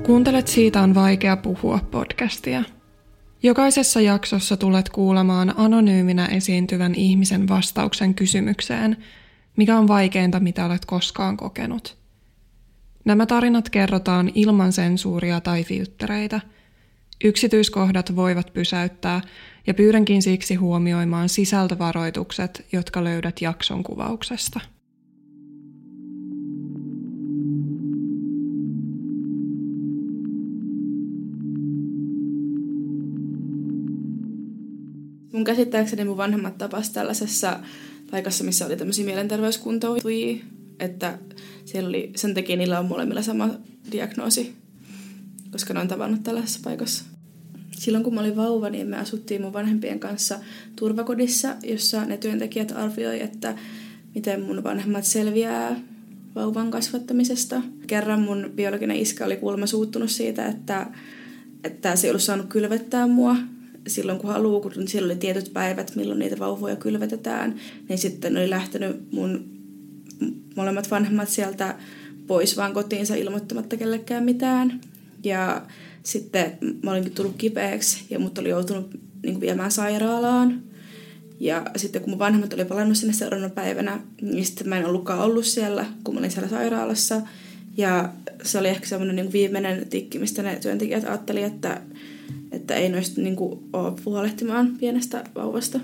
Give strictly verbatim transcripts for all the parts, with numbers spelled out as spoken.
Kuuntelet Siitä on vaikea puhua -podcastia. Jokaisessa jaksossa tulet kuulemaan anonyyminä esiintyvän ihmisen vastauksen kysymykseen, mikä on vaikeinta, mitä olet koskaan kokenut. Nämä tarinat kerrotaan ilman sensuuria tai filttereitä. Yksityiskohdat voivat pysäyttää ja pyydänkin siksi huomioimaan sisältövaroitukset, jotka löydät jakson kuvauksesta. Mun käsittääkseni mun vanhemmat tapas tällaisessa paikassa, missä oli tämmöisiä mielenterveyskuntoutujia, että siellä oli, sen takia niillä on molemmilla sama diagnoosi, koska ne on tavannut tällaisessa paikassa. Silloin kun mä olin vauva, niin me asuttiin mun vanhempien kanssa turvakodissa, jossa ne työntekijät arvioi, että miten mun vanhemmat selviää vauvan kasvattamisesta. Kerran mun biologinen iskä oli kuulemma suuttunut siitä, että, että se ei ollut saanut kylvettää mua silloin kun haluaa, kun siellä oli tietyt päivät, milloin niitä vauvoja kylvetetään, niin sitten oli lähtenyt mun molemmat vanhemmat sieltä pois vaan kotiinsa ilmoittamatta kellekään mitään. Ja sitten mä olinkin tullut kipeäksi ja mut oli joutunut niin kuin viemään sairaalaan. Ja sitten kun mun vanhemmat oli palannut sinne seuraavana päivänä, niin sitten mä en ollutkaan ollut siellä, kun mä olin siellä sairaalassa. Ja se oli ehkä semmoinen niin kuin viimeinen tikki, mistä ne työntekijät ajatteli, että että ei noista niin kuin, ole huolehtimaan pienestä vauvasta.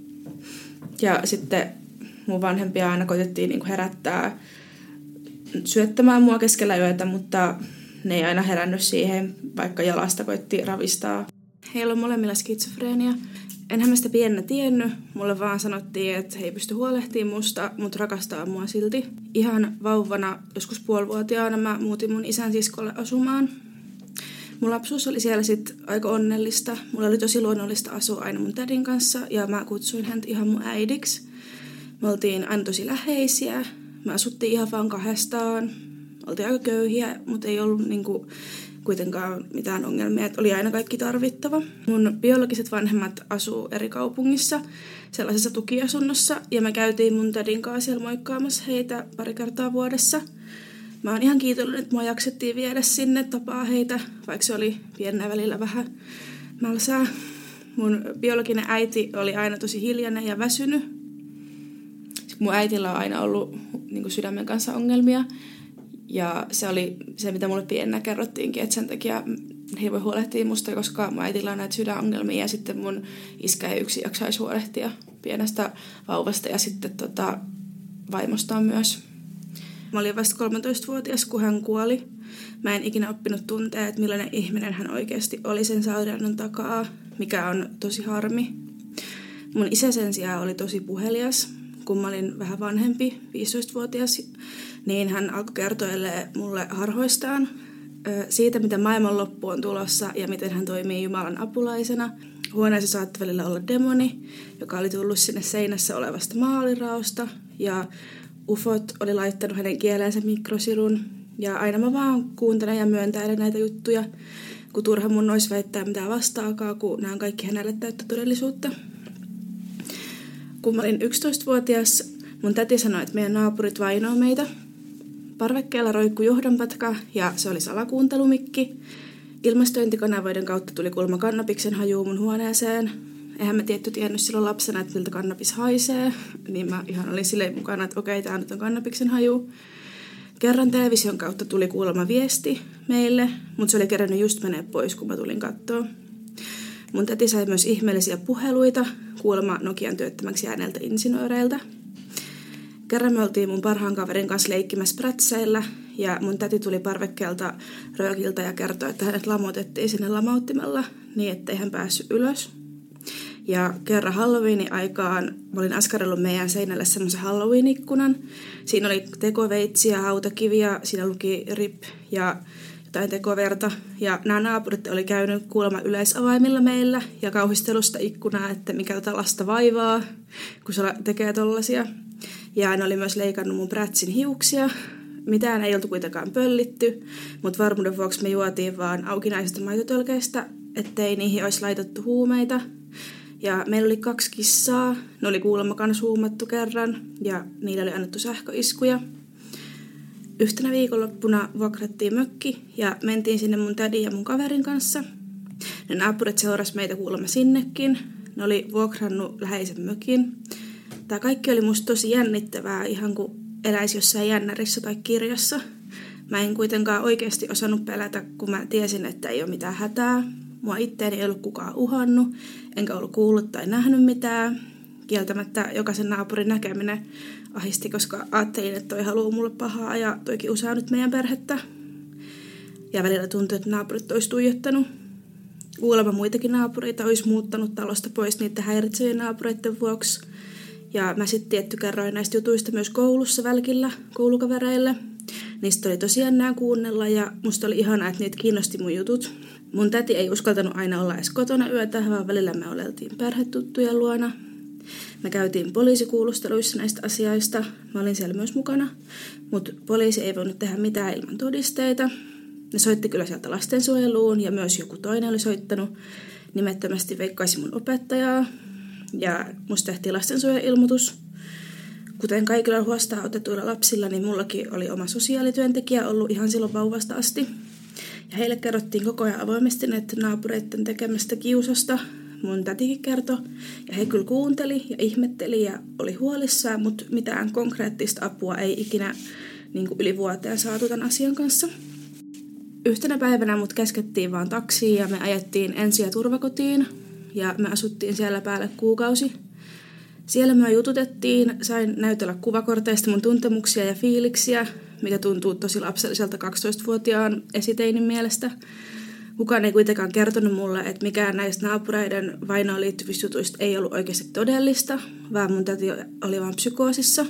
Ja sitten mun vanhempia aina koitettiin niin kuin herättää syöttämään mua keskellä yötä, mutta ne ei aina herännyt siihen, vaikka jalasta koitti ravistaa. Heillä on molemmilla skitsofreenia. Enhän mä sitä pienenä tiennyt. Mulle vaan sanottiin, että he ei pysty huolehtimaan musta, mutta rakastaa mua silti. Ihan vauvana, joskus puolivuotiaana mä muutin mun isän siskolle asumaan. Mun lapsuus oli siellä sit aika onnellista. Mulla oli tosi luonnollista asua aina mun tädin kanssa ja mä kutsuin häntä ihan mun äidiksi. Me oltiin aina tosi läheisiä. Me asuttiin ihan vaan kahdestaan. Oltiin aika köyhiä, mutta ei ollut niinku kuitenkaan mitään ongelmia. Et oli aina kaikki tarvittava. Mun biologiset vanhemmat asuu eri kaupungissa sellaisessa tukiasunnossa ja me käytiin mun tädin kanssa siellä moikkaamassa heitä pari kertaa vuodessa. Mä oon ihan kiitollinen, että mua jaksettiin viedä sinne tapaa heitä, vaikka se oli pienenä välillä vähän mälsää. Mun biologinen äiti oli aina tosi hiljainen ja väsynyt. Mun äitillä on aina ollut niin kuin sydämen kanssa ongelmia. Ja se oli se, mitä mulle pienenä kerrottiinkin, että sen takia he voi huolehtia musta, koska mun äitillä on näitä sydänongelmia. Ja sitten mun iskä ei yksin jaksaisi huolehtia pienestä vauvasta ja sitten tota, vaimostaan myös. Mä olin vasta kolmetoistavuotias, kun hän kuoli. Mä en ikinä oppinut tuntea, että millainen ihminen hän oikeasti oli sen sairauden takaa, mikä on tosi harmi. Mun isä sen sijaan oli tosi puhelias. Kun mä olin vähän vanhempi, viisitoistavuotias, niin hän alkoi kertoilemaan mulle harhoistaan, siitä, mitä maailmanloppu on tulossa ja miten hän toimii Jumalan apulaisena. Huoneessa saattoi välillä olla demoni, joka oli tullut sinne seinässä olevasta maaliraosta ja ufot oli laittanut hänen kieleensä mikrosirun ja aina mä vaan kuuntelen ja myöntäilen näitä juttuja, kun turha mun olisi väittää mitään vastaakaan, kun nämä on kaikki hänelle täyttä todellisuutta. Kun mä olin yksitoistavuotias, mun täti sanoi, että meidän naapurit vainoo meitä. Parvekkeella roikkui johdonpätkä ja se oli salakuuntelumikki. Ilmastointikanavoiden kautta tuli kulma kannabiksen hajuu mun huoneeseen. Eihän mä tietty tiennyt silloin lapsena, että miltä kannabis haisee, niin mä ihan olin silleen mukana, että okei, tää nyt on kannabiksen haju. Kerran television kautta tuli kuulemma viesti meille, mutta se oli kerännyt just menee pois, kun mä tulin kattoo. Mun täti sai myös ihmeellisiä puheluita, kuulemma Nokian työttömäksi jääneiltä insinööreiltä. Kerran me oltiin mun parhaan kaverin kanssa leikkimässä prätseillä, ja mun täti tuli parvekkeelta röökiltä ja kertoi, että hänet lamautettiin sinne lamauttimella niin, ettei hän päässyt ylös. Ja kerran Halloweenin aikaan mä olin askarellut meidän seinälle semmoisen Halloween-ikkunan. Siinä oli tekoveitsiä, hautakiviä, siinä luki rip ja jotain tekoverta. Ja nämä naapurit oli käynyt kuulemma yleisavaimilla meillä ja kauhistelusta ikkunaa, että mikä tätä lasta vaivaa, kun se tekee tollasia. Ja ne oli myös leikannut mun prätsin hiuksia. Mitään ei oltu kuitenkaan pöllitty, mutta varmuuden vuoksi me juotiin vaan aukinaisesta maitotölkeistä, ettei niihin olisi laitettu huumeita. Ja meillä oli kaksi kissaa, ne oli kuulemma kans huumattu kerran ja niillä oli annettu sähköiskuja. Yhtenä viikonloppuna vuokrattiin mökki ja mentiin sinne mun tädin ja mun kaverin kanssa. Ne naapurit seurasi meitä kuulemma sinnekin. Ne oli vuokrannut läheisen mökin. Tämä kaikki oli musta tosi jännittävää, ihan kuin eläisi jossain jännärissä tai kirjassa. Mä en kuitenkaan oikeasti osannut pelätä, kun mä tiesin, että ei ole mitään hätää. Mua itteeni ei ollut kukaan uhannut, enkä ollut kuullut tai nähnyt mitään. Kieltämättä jokaisen naapurin näkeminen ahisti, koska ajattelin, että toi haluaa mulle pahaa ja toikin usaa nyt meidän perhettä. Ja välillä tuntui, että naapurit olisi tuijottanut. Kuulemma muitakin naapureita olisi muuttanut talosta pois niiden häiritsevien naapureiden vuoksi. Ja mä sitten tietty kerroin näistä jutuista myös koulussa välkillä koulukavereille. Niistä oli tosi jännää kuunnella ja musta oli ihanaa, että niitä kiinnosti mun jutut. Mun täti ei uskaltanut aina olla edes kotona yötä, vaan välillä me oleltiin perhetuttujen luona. Me käytiin poliisikuulusteluissa näistä asioista. Mä olin siellä myös mukana, mutta poliisi ei voinut tehdä mitään ilman todisteita. Ne soitti kyllä sieltä lastensuojeluun ja myös joku toinen oli soittanut. Nimettömästi veikkaisi mun opettajaa ja musta tehtiin lastensuojeluilmoitus. Kuten kaikilla huostaan otetuilla lapsilla, niin mullakin oli oma sosiaalityöntekijä ollut ihan silloin vauvasta asti. Ja heille kerrottiin koko ajan avoimesti näiden naapureiden tekemästä kiusasta. Mun tätikin kertoi, ja he kyllä kuunteli ja ihmetteli ja oli huolissaan, mutta mitään konkreettista apua ei ikinä niin kuin yli vuoteen saatu tämän asian kanssa. Yhtenä päivänä mut käskettiin vaan taksiin ja me ajettiin ensi- ja turvakotiin ja me asuttiin siellä päälle kuukausi. Siellä me jututettiin, sain näytellä kuvakorteista mun tuntemuksia ja fiiliksiä, mikä tuntuu tosi lapselliselta kaksitoistavuotiaan esiteinin mielestä. Kukaan ei kuitenkaan kertonut mulle, että mikään näistä naapureiden vainoon liittyvistä jutuista ei ollut oikeasti todellista, vaan mun täti oli vaan psykoosissa.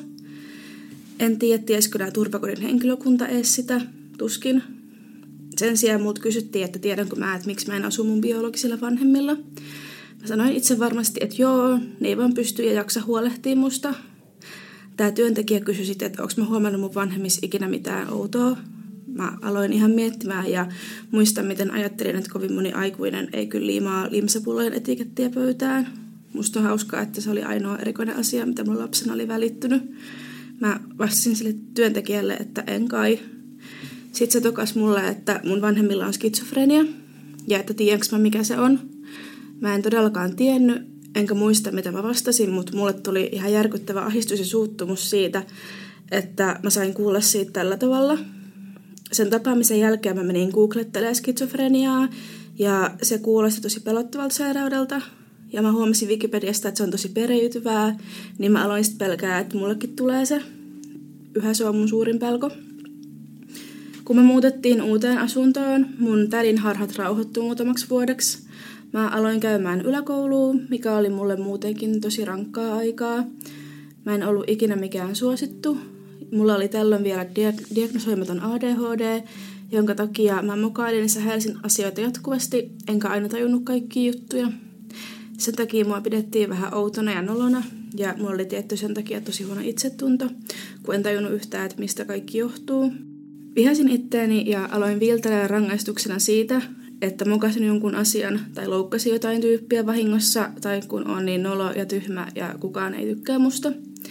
En tiedä, tiesikö nämä turvakodin henkilökunta edes sitä, tuskin. Sen sijaan multa kysyttiin, että tiedänkö mä, että miksi mä en asu mun biologisilla vanhemmilla. Mä sanoin itse varmasti, että joo, ne ei vaan pysty ja jaksa huolehtia musta. Tää työntekijä kysyi sitten, että onko mä huomannut mun vanhemmissa ikinä mitään outoa. Mä aloin ihan miettimään ja muistan, miten ajattelin, että kovin moni aikuinen ei kyllä liimaa limsapullojen etikettiä pöytään. Musta on hauskaa, että se oli ainoa erikoinen asia, mitä mun lapsena oli välittynyt. Mä vastasin sille työntekijälle, että en kai. Sitten se tokas mulle, että mun vanhemmilla on skitsofrenia ja että tiedänkö mä mikä se on. Mä en todellakaan tiennyt, enkä muista mitä mä vastasin, mutta mulle tuli ihan järkyttävä ahdistus ja suuttumus siitä, että mä sain kuulla siitä tällä tavalla. Sen tapaamisen jälkeen mä menin googlettelemaan skitsofreniaa ja se kuulosti tosi pelottavalta sairaudelta. Ja mä huomasin Wikipediasta, että se on tosi periytyvää, niin mä aloin sitten pelkää, että mullekin tulee se. Yhä se on mun suurin pelko. Kun me muutettiin uuteen asuntoon, mun tädin harhat rauhoittui muutamaksi vuodeksi. Mä aloin käymään yläkouluun, mikä oli mulle muutenkin tosi rankkaa aikaa. Mä en ollut ikinä mikään suosittu. Mulla oli tällöin vielä diag- diagnosoimaton A D H D, jonka takia mä mokailin ja sähäilsin asioita jatkuvasti, enkä aina tajunnut kaikkia juttuja. Sen takia mua pidettiin vähän outona ja nolona, ja mulla oli tietty sen takia tosi huono itsetunto, kun en tajunnut yhtään, että mistä kaikki johtuu. Vihasin itteeni ja aloin viiltellä rangaistuksena siitä, että mokasin jonkun asian tai loukkasin jotain tyyppiä vahingossa, tai kun on niin nolo ja tyhmä ja kukaan ei tykkää musta.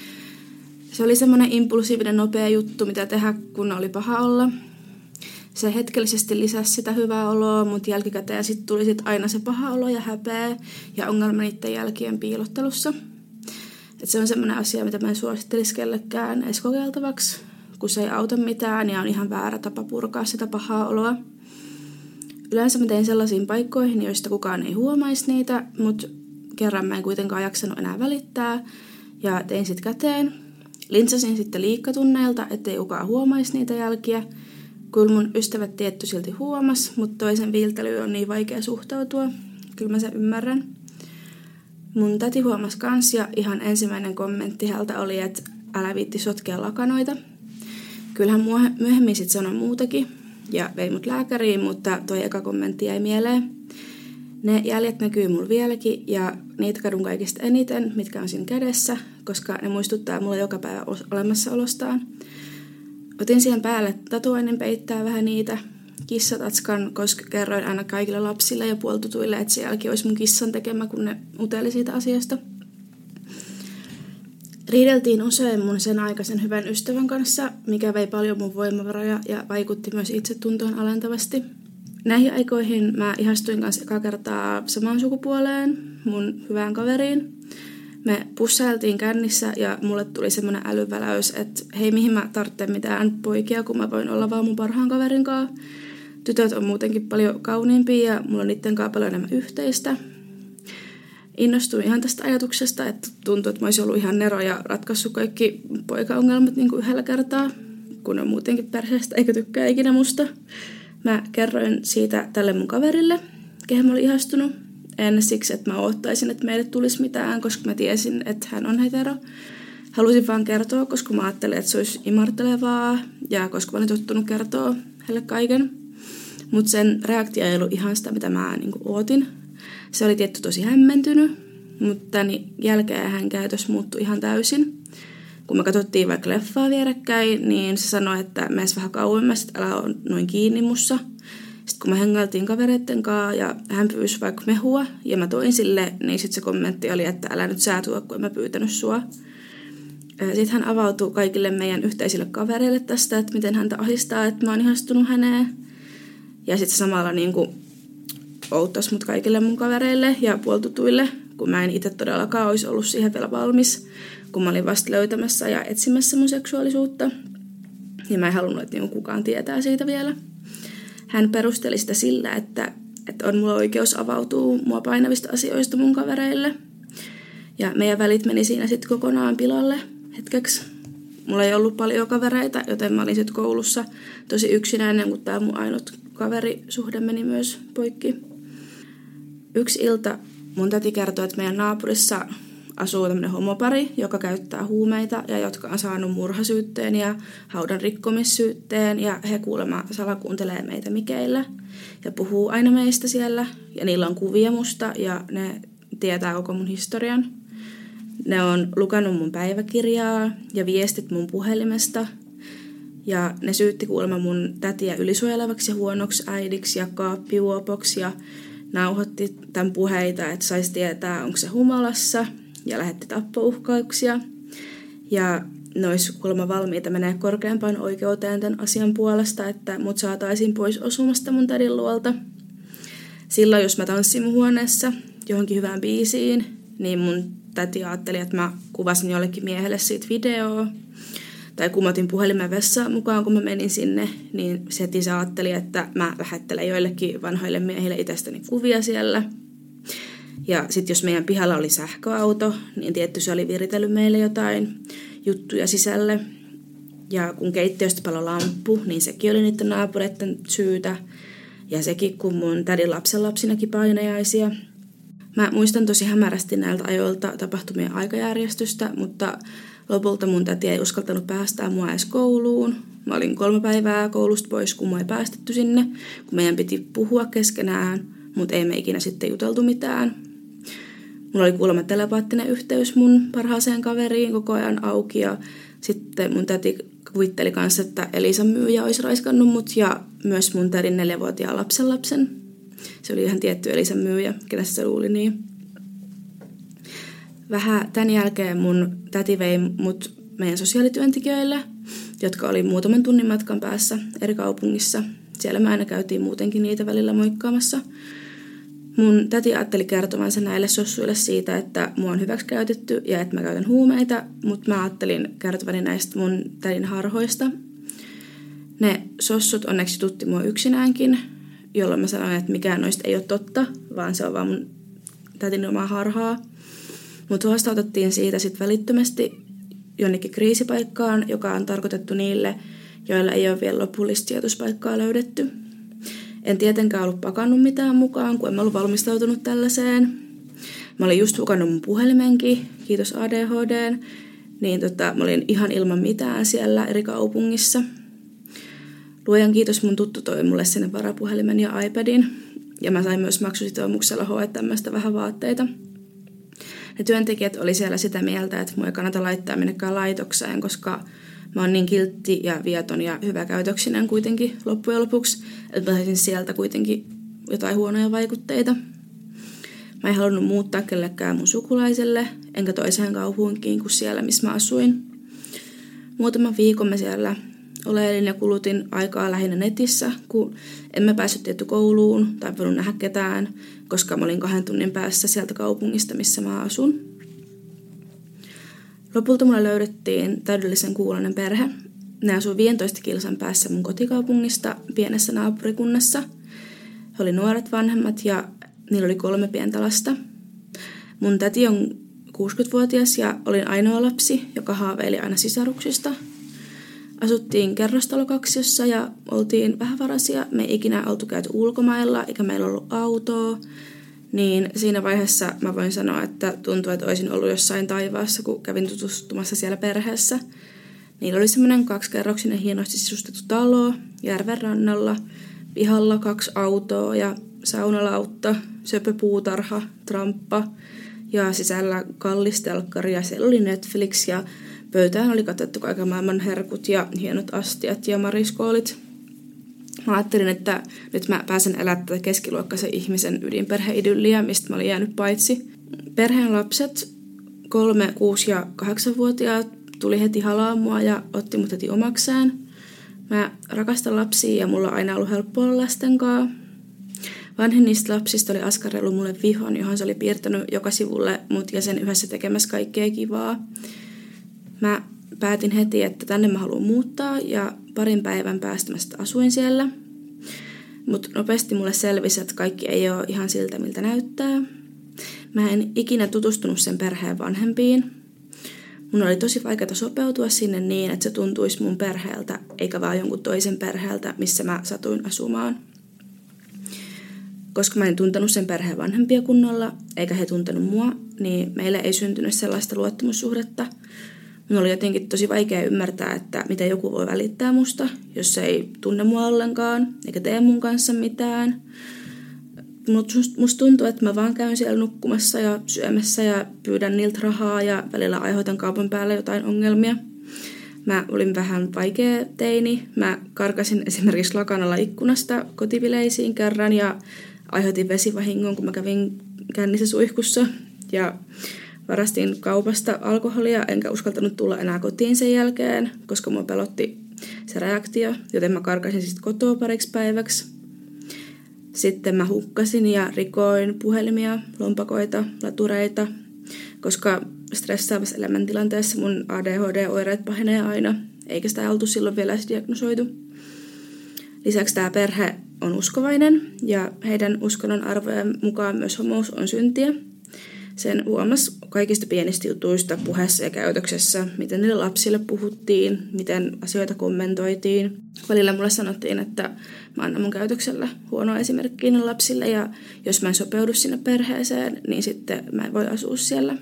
Se oli semmoinen impulsiivinen nopea juttu, mitä tehdä, kun oli paha olla. Se hetkellisesti lisäsi sitä hyvää oloa, mutta jälkikäteen sitten tuli sit aina se paha olo ja häpeä ja ongelma niiden jälkien piilottelussa. Et se on semmoinen asia, mitä mä en suosittelisi kellekään edes kokeiltavaksi, kun se ei auta mitään ja on ihan väärä tapa purkaa sitä pahaa oloa. Yleensä mä tein sellaisiin paikkoihin, joista kukaan ei huomaisi niitä, mutta kerran mä en kuitenkaan jaksanut enää välittää ja tein sit käteen. Lintsasin sitten liikkatunneilta, ettei kukaan huomaisi niitä jälkiä. Kyllä mun ystävät tietty silti huomas, mutta toisen viiltelyyn on niin vaikea suhtautua. Kyllä mä sen ymmärrän. Mun täti huomasi kans ja ihan ensimmäinen kommentti häneltä oli, että älä viitti sotkea lakanoita. Kyllähän myöhemmin sit sanoi muutakin ja vei mut lääkäriin, mutta toi eka kommentti jäi mieleen. Ne jäljet näkyy mulla vieläkin ja niitä kadun kaikista eniten, mitkä on siinä kädessä, koska ne muistuttaa mulle joka päivä olemassaolostaan. Otin siihen päälle tatuoinnin peittää vähän niitä kissatatskan, koska kerroin aina kaikille lapsille ja puoltutuille, että se jälki olisi mun kissan tekemä, kun ne uteli siitä asiasta. Riideltiin usein mun sen aikaisen hyvän ystävän kanssa, mikä vei paljon mun voimavaroja ja vaikutti myös itsetuntoon alentavasti. Näihin aikoihin mä ihastuin kanssa eka kertaa samaan sukupuoleen, mun hyvään kaveriin. Me pussailtiin kännissä ja mulle tuli semmoinen älyväläys, että hei, mihin mä tarvitsen mitään poikia, kun mä voin olla vaan mun parhaan kaverin kanssa. Tytöt on muutenkin paljon kauniimpia ja mulla on niiden kanssa paljon enemmän yhteistä. Innostuin ihan tästä ajatuksesta, että tuntui, että mä olisin ollut ihan nero ja ratkaissut kaikki poikaongelmat niin kuin yhdellä kertaa, kun on muutenkin perheestä eikä tykkää ikinä musta. Mä kerroin siitä tälle mun kaverille, kehen mä olin ihastunut. En siksi, että mä odottaisin, että meille tulisi mitään, koska mä tiesin, että hän on hetero. Halusin vaan kertoa, koska mä ajattelin, että se olisi imartelevaa ja koska mä olin tottunut kertoa hänelle kaiken. Mutta sen reaktio ei ollut ihan sitä, mitä mä niin kuin ootin. Se oli tietty tosi hämmentynyt, mutta tämän jälkeen hän käytös muuttui ihan täysin. Kun me katsottiin vaikka leffaa vierekkäin, niin se sanoi, että menes vähän kauemmas, että älä ole noin kiinni mussa. Sitten kun me hengailtiin kavereitten kanssa ja hän pyysi vaikka mehua ja mä toin sille, niin sitten se kommentti oli, että älä nyt sä tuo, kun en mä pyytänyt sua. Sitten hän avautui kaikille meidän yhteisille kavereille tästä, että miten häntä ahdistaa, että mä oon ihastunut häneen. Ja sitten samalla niin kuin outtasi mut kaikille mun kavereille ja puoltutuille, kun mä en itse todellakaan olisi ollut siihen vielä valmis, kun mä olin vasta löytämässä ja etsimässä mun seksuaalisuutta. Niin mä en halunnut, että niin kukaan tietää siitä vielä. Hän perusteli sitä sillä, että, että on mulla oikeus avautua mua painavista asioista mun kavereille. Ja meidän välit meni siinä sitten kokonaan pilalle hetkeksi. Mulla ei ollut paljon kavereita, joten mä olin sitten koulussa tosi yksinäinen, kun tää mun ainut kaverisuhde meni myös poikki. Yksi ilta mun täti kertoi, että meidän naapurissa asuu tämmöinen homopari, joka käyttää huumeita ja jotka on saanut murhasyytteen ja haudan rikkomissyytteen. Ja he kuulemma salakuuntelee meitä mikeillä ja puhuu aina meistä siellä. Ja niillä on kuvia musta ja ne tietää koko mun historian. Ne on lukenut mun päiväkirjaa ja viestit mun puhelimesta. Ja ne syytti kuulemma mun tätiä ylisuojelevaksi ja huonoksi äidiksi ja kaappiuopoksi ja nauhoitti tämän puheita, että saisi tietää, onko se humalassa, ja lähetti tappouhkauksia. Ja ne olisi kuulemma valmiita menee korkeampaan oikeuteen tämän asian puolesta, että mut saataisiin pois osumasta mun tädin luolta. Silloin, jos mä tanssin mun huoneessa johonkin hyvään biisiin, niin mun täti ajatteli, että mä kuvasin jollekin miehelle siitä videoa. Tai kun mä otin puhelimen vessaan mukaan, kun mä menin sinne, niin se heti se ajatteli, että mä lähettelen joillekin vanhoille miehille itsestäni kuvia siellä. Ja sitten jos meidän pihalla oli sähköauto, niin tietty se oli viritellyt meille jotain juttuja sisälle. Ja kun keittiöstä paloi lamppu, niin sekin oli niiden naapureiden syytä. Ja sekin, kun mun tädin lapsenlapsinakin painajaisia. Mä muistan tosi hämärästi näiltä ajoilta tapahtumien aikajärjestystä, mutta lopulta mun täti ei uskaltanut päästää mua edes kouluun. Mä olin kolme päivää koulusta pois, kun mua ei päästetty sinne, kun meidän piti puhua keskenään, mutta ei me ikinä sitten juteltu mitään. Mulla oli kuulemma telepaattinen yhteys mun parhaaseen kaveriin koko ajan auki ja sitten mun täti kuvitteli kanssa, että Elisan myyjä olisi raiskannut mut ja myös mun tädin neljävuotiaan lapsenlapsen. Se oli ihan tietty Elisan myyjä, ketä se luuli niin. Vähän tämän jälkeen mun täti vei mut meidän sosiaalityöntekijöille, jotka oli muutaman tunnin matkan päässä eri kaupungissa. Siellä me aina käytiin muutenkin niitä välillä moikkaamassa. Mun täti ajatteli kertovansa näille sossuille siitä, että mua on hyväksikäytetty ja että mä käytän huumeita, mutta mä ajattelin kertovani näistä mun tädin harhoista. Ne sossut onneksi tutti mua yksinäänkin, jolloin mä sanoin, että mikään noista ei ole totta, vaan se on vaan mun tätin omaa harhaa. Mut huostautettiin siitä sitten välittömästi jonnekin kriisipaikkaan, joka on tarkoitettu niille, joilla ei ole vielä lopullista sijoituspaikkaa löydetty. En tietenkään ollut pakannut mitään mukaan, kun en ollut valmistautunut tällaiseen. Mä olin just hukannut mun puhelimenkin, kiitos A D H D:n, niin tota, mä olin ihan ilman mitään siellä eri kaupungissa. Luojan kiitos, mun tuttu toi mulle sinne varapuhelimen ja iPadin, ja mä sain myös maksusitoumuksella H and M:stä vähän vaatteita. Ne työntekijät oli siellä sitä mieltä, että mua ei kannata laittaa minnekään laitokseen, koska mä oon niin kiltti ja vieton ja hyväkäytöksinen kuitenkin loppujen lopuksi, että mä saisin sieltä kuitenkin jotain huonoja vaikutteita. Mä en halunnut muuttaa kellekään mun sukulaiselle, enkä toiseen kaupunkiin kuin siellä, missä mä asuin. Muutaman viikon mä siellä oleilin ja kulutin aikaa lähinnä netissä, kun en mä päässyt tietty kouluun tai voinut nähdä ketään, koska mä olin kahden tunnin päässä sieltä kaupungista, missä mä asun. Lopulta mulle löydettiin täydellisen kuuloinen perhe. Ne asui viisitoista kilsan päässä mun kotikaupungista pienessä naapurikunnassa. He oli nuoret vanhemmat ja niillä oli kolme pientä lasta. Mun täti on kuusikymmentävuotias ja olin ainoa lapsi, joka haaveili aina sisaruksista. Asuttiin kerrostalokaksiossa ja oltiin vähävaraisia. Me ei ikinä oltu käyty ulkomailla eikä meillä ollut autoa. Niin siinä vaiheessa mä voin sanoa, että tuntuu, että olisin ollut jossain taivaassa, kun kävin tutustumassa siellä perheessä. Niillä oli semmoinen kaksikerroksinen hienosti sisustettu talo järven rannalla, pihalla kaksi autoa ja saunalautta, söpöpuutarha, tramppa ja sisällä kallis telkkari ja siellä oli Netflix ja pöytään oli katsottu kaiken maailman herkut ja hienot astiat ja mariskoolit. Mä ajattelin, että nyt mä pääsen elämään tätä keskiluokkaisen ihmisen ydinperheidylliä, mistä mä olin jäänyt paitsi. Perheen lapset, kolme, kuusi ja kahdeksanvuotiaat, tuli heti halaa mua ja otti mut heti omakseen. Mä rakastan lapsia ja mulla on aina ollut helppo olla lasten kanssa. Vanhin niistä lapsista oli askarrellut mulle vihon, johon se oli piirtänyt joka sivulle mut ja sen yhdessä tekemässä kaikkea kivaa. Mä päätin heti, että tänne mä haluan muuttaa ja parin päivän päästä mä sitten asuin siellä. Mutta nopeasti mulle selvisi, että kaikki ei ole ihan siltä, miltä näyttää. Mä en ikinä tutustunut sen perheen vanhempiin. Mun oli tosi vaikeaa sopeutua sinne niin, että se tuntuisi mun perheeltä, eikä vaan jonkun toisen perheeltä, missä mä satuin asumaan. Koska mä en tuntenut sen perheen vanhempia kunnolla, eikä he tuntenut mua, niin meille ei syntynyt sellaista luottamussuhdetta. Mun oli jotenkin tosi vaikea ymmärtää, että miten joku voi välittää musta, jos se ei tunne mua ollenkaan, eikä tee mun kanssa mitään. Mutta musta tuntuu, että mä vaan käyn siellä nukkumassa ja syömässä ja pyydän niiltä rahaa ja välillä aiheutan kaupan päälle jotain ongelmia. Mä olin vähän vaikea teini. Mä karkasin esimerkiksi lakanalla ikkunasta kotibileisiin kerran ja aiheutin vesivahingon, kun mä kävin kännissä suihkussa. Ja varastin kaupasta alkoholia, enkä uskaltanut tulla enää kotiin sen jälkeen, koska mua pelotti se reaktio, joten mä karkasin sitten kotoa pariksi päiväksi. Sitten mä hukkasin ja rikoin puhelimia, lompakoita, latureita, koska stressaavassa elämäntilanteessa mun A D H D-oireet pahenee aina, eikä sitä oltu silloin vielä edes diagnosoitu. Lisäksi tämä perhe on uskovainen ja heidän uskonnon arvojen mukaan myös homous on syntiä. Sen huomasi kaikista pienistä jutuista puheessa ja käytöksessä, miten niille lapsille puhuttiin, miten asioita kommentoitiin. Välillä mulle sanottiin, että mä annan mun käytöksellä huonoa esimerkkiä niille lapsille ja jos mä en sopeudu sinne perheeseen, niin sitten mä en voi asua siellä.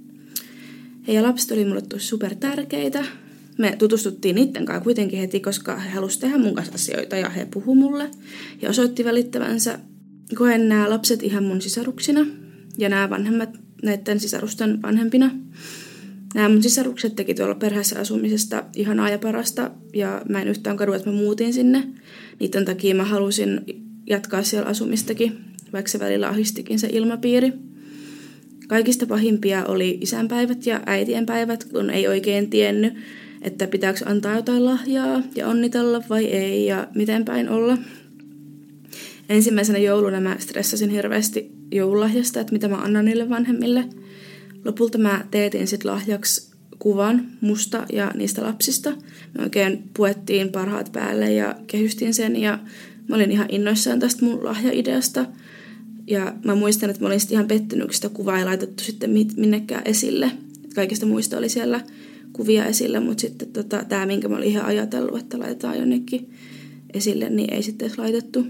He ja lapset oli mulle tosi super tärkeitä. Me tutustuttiin niiden kanssa kuitenkin heti, koska he halusivat tehdä mun kanssa asioita ja he puhu mulle ja osoitti välittävänsä. Koen nämä lapset ihan mun sisaruksina. Ja nämä vanhemmat näiden sisarusten vanhempina. Nämä mun sisarukset teki tuolla perheessä asumisesta ihanaa ja parasta. Ja mä en yhtään kadu, että mä muutin sinne. Niiden takia mä halusin jatkaa siellä asumistakin, vaikka se välillä ahdistikin se ilmapiiri. Kaikista pahimpia oli isänpäivät ja äitienpäivät, kun ei oikein tiennyt, että pitääkö antaa jotain lahjaa ja onnitella vai ei ja miten päin olla. Ensimmäisenä jouluna mä stressasin hirveästi joululahjasta, että mitä mä annan niille vanhemmille. Lopulta mä teetin sitten lahjaksi kuvan musta ja niistä lapsista. Me oikein puettiin parhaat päälle ja kehystin sen ja mä olin ihan innoissaan tästä mun lahjaideasta. Ja mä muistan, että mä olin sitten ihan pettynyt, kun sitä kuvaa ei laitettu sitten minnekään esille. Kaikista muista oli siellä kuvia esillä, mutta sitten tota, tämä, minkä mä olin ihan ajatellut, että laitetaan jonnekin esille, niin ei sitten edes laitettu.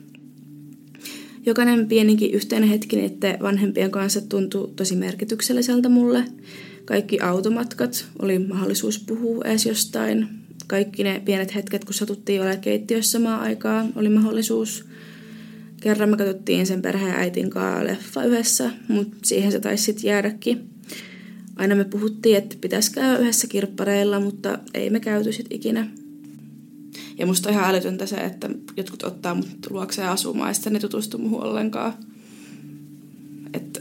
Jokainen pienikin yhteinen hetki niiden vanhempien kanssa tuntui tosi merkitykselliseltä mulle. Kaikki automatkat, oli mahdollisuus puhua edes jostain. Kaikki ne pienet hetket, kun satuttiin olemaan keittiössä samaan aikaan, oli mahdollisuus. Kerran me katsottiin sen perheen äitin kanssa leffa yhdessä, mutta siihen se taisi sitten jäädäkin. Aina me puhuttiin, että pitäisi käydä yhdessä kirppareilla, mutta ei me käyty sitten ikinä. Ja musta on ihan älytöntä se, että jotkut ottaa mut luokseen asumaan ja sitten ne tutustuu muuhun ollenkaan. Että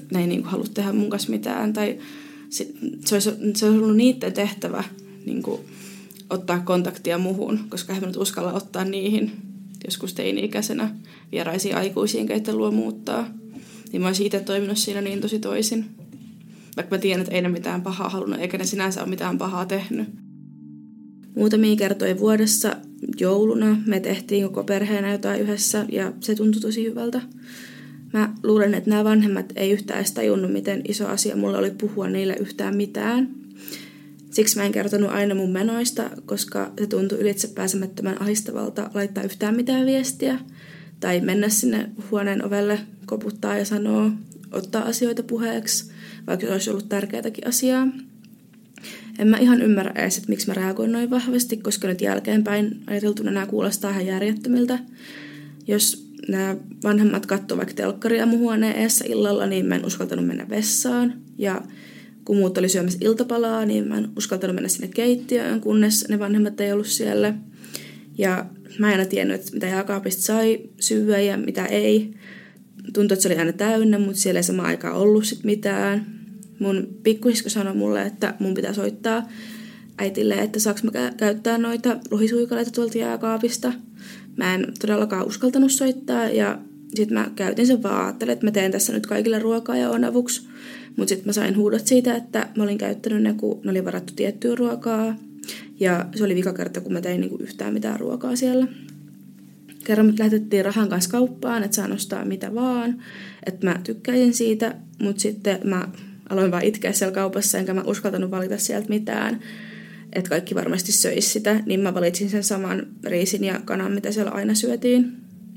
ne ei niin kuin halua tehdä mun kanssa mitään. Tai sit, se, olisi, se olisi ollut niiden tehtävä niin kuin ottaa kontaktia muhun, koska he nyt uskalla ottaa niihin joskus teini-ikäisenä vieraisiin aikuisiin, keitä luo muuttaa. Niin mä olisin itse toiminut siinä niin tosi toisin. Vaikka mä tiedän, että ei ne mitään pahaa halunnut, eikä ne sinänsä ole mitään pahaa tehnyt. Muutamia kertoja vuodessa jouluna me tehtiin koko perheenä jotain yhdessä ja se tuntui tosi hyvältä. Mä luulen, että nämä vanhemmat ei yhtään edes tajunnut, miten iso asia mulle oli puhua niille yhtään mitään. Siksi mä en kertonut aina mun menoista, koska se tuntui ylitse pääsemättömän ahdistavalta laittaa yhtään mitään viestiä. Tai mennä sinne huoneen ovelle, koputtaa ja sanoo, ottaa asioita puheeksi, vaikka se olisi ollut tärkeätäkin asiaa. En mä ihan ymmärrä edes, että miksi mä reagoin noin vahvasti, koska nyt jälkeenpäin ajateltuna nämä kuulostaa ihan järjettömiltä. Jos nämä vanhemmat katsovat vaikka telkkaria mun huoneen eessä illalla, niin mä en uskaltanut mennä vessaan. Ja kun muut oli syömässä iltapalaa, niin mä en uskaltanut mennä sinne keittiöön, kunnes ne vanhemmat ei ollut siellä. Ja mä en aina tiennyt, että mitä jääkaapista sai syödä ja mitä ei. Tuntui, että se oli aina täynnä, mutta siellä ei samaan aikaan ollut sit mitään. Mun pikkusisko sanoi mulle, että mun pitää soittaa äitille, että saaks mä käyttää noita lohisuikaleita tuolta jääkaapista. Mä en todellakaan uskaltanut soittaa ja sit mä käytin sen vaan, ajattelin, että mä teen tässä nyt kaikille ruokaa ja on avuksi. Mutta sit mä sain huudot siitä, että mä olin käyttänyt ne, kun ne oli varattu tiettyä ruokaa. Ja se oli vika kerta, kun mä tein niinku yhtään mitään ruokaa siellä. Kerran me lähetettiin rahan kanssa kauppaan, että saa nostaa mitä vaan. Että mä tykkäisin siitä, mutta sitten mä aloin vaan itkeä siellä kaupassa, enkä mä uskaltanut valita sieltä mitään. Että kaikki varmasti söisi sitä, niin mä valitsin sen saman riisin ja kanan, mitä siellä aina syötiin.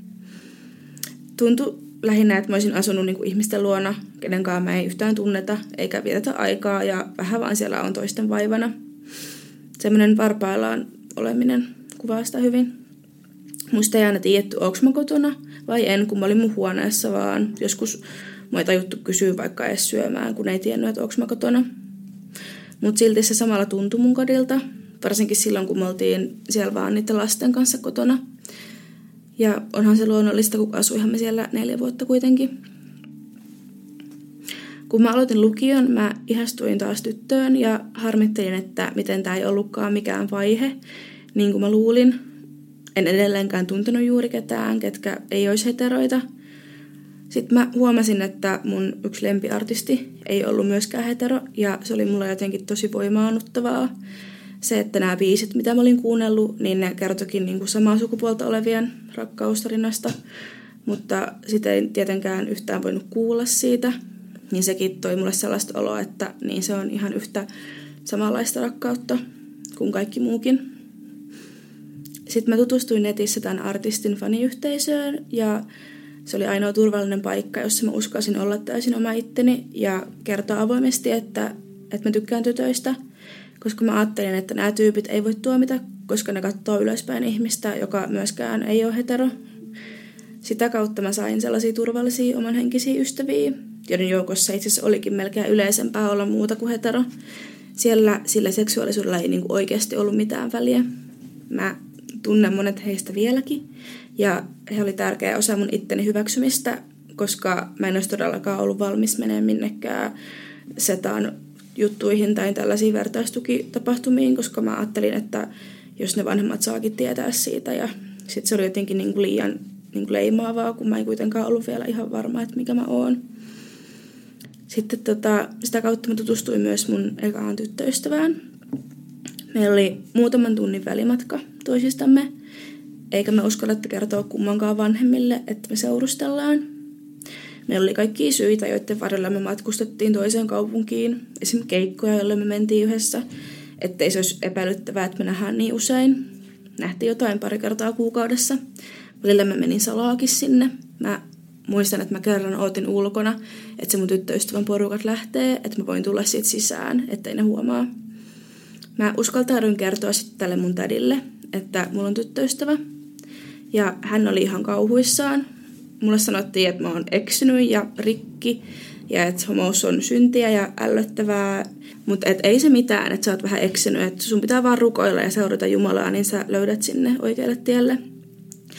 Tuntui lähinnä, että mä olisin asunut niinku ihmisten luona, kenenkaan mä ei yhtään tunneta, eikä vietetä aikaa ja vähän vaan siellä on toisten vaivana. Semmoinen varpaillaan oleminen kuvaa sitä hyvin. Musta ei aina tiedetty, onko mä kotona vai en, kun mä olin mun huoneessa, vaan joskus mä ei tajuttu kysyä vaikka edes syömään, kun ei tiennyt, että onko mä kotona. Mutta silti se samalla tuntui mun kodilta, varsinkin silloin, kun me oltiin siellä vaan niiden lasten kanssa kotona. Ja onhan se luonnollista, kun asuihan me siellä neljä vuotta kuitenkin. Kun mä aloitin lukion, mä ihastuin taas tyttöön ja harmittelin, että miten tää ei ollutkaan mikään vaihe, niin kuin mä luulin. En edelleenkään tuntenut juuri ketään, ketkä ei olisi heteroita. Sitten mä huomasin, että mun yksi lempiartisti ei ollut myöskään hetero, ja se oli mulla jotenkin tosi voimaannuttavaa. Se, että nämä biisit, mitä mä olin kuunnellut, niin ne kertoikin niin kuin samaa sukupuolta olevien rakkaustarinasta, mutta sitä ei tietenkään yhtään voinut kuulla siitä. Niin sekin toi mulle sellaista oloa, että niin se on ihan yhtä samanlaista rakkautta kuin kaikki muukin. Sitten mä tutustuin netissä tämän artistin faniyhteisöön ja se oli ainoa turvallinen paikka, jossa mä uskalsin olla täysin oma itteni ja kertoa avoimesti, että, että mä tykkään tytöistä, koska mä ajattelin, että nämä tyypit ei voi tuomita, koska ne katsoo ylöspäin ihmistä, joka myöskään ei ole hetero. Sitä kautta mä sain sellaisia turvallisia omanhenkisiä ystäviä, joiden joukossa itse asiassa olikin melkein yleisempää olla muuta kuin hetero. Siellä sillä seksuaalisuudella ei niinku oikeasti ollut mitään väliä. Mä tunnen monet heistä vieläkin, ja he oli tärkeä osa mun itteni hyväksymistä, koska mä en olisi todellakaan ollut valmis menemään minnekään setaan juttuihin tai tällaisiin vertaistukitapahtumiin, koska mä ajattelin, että jos ne vanhemmat saakin tietää siitä, ja sitten se oli jotenkin niinku liian niinku leimaavaa, kun mä en kuitenkaan ollut vielä ihan varma, että mikä mä oon. Sitten tota, sitä kautta mä tutustuin myös mun ekaan tyttöystävään. Meillä oli muutaman tunnin välimatka toisistamme, eikä me uskalletta kertoa kummankaan vanhemmille, että me seurustellaan. Meillä oli kaikkia syitä, joiden varrella me matkustettiin toiseen kaupunkiin, esimerkiksi keikkoja, joille me mentiin yhdessä, ettei se olisi epäilyttävää, että me nähdään niin usein. Nähtiin jotain pari kertaa kuukaudessa. Välillä mä menin salaakin sinne. Mä muistan, että mä kerran ootin ulkona, että se mun tyttöystävän porukat lähtee, että mä voin tulla siitä sisään, ettei ne huomaa. Mä uskaltauduin kertoa sitten tälle mun tädille, että mulla on tyttöystävä. Ja hän oli ihan kauhuissaan. Mulle sanottiin, että mä oon eksynyt ja rikki ja että homous on syntiä ja ällöttävää. Mutta ei se mitään, että sä oot vähän eksynyt, että sun pitää vaan rukoilla ja seurata Jumalaa, niin sä löydät sinne oikealle tielle.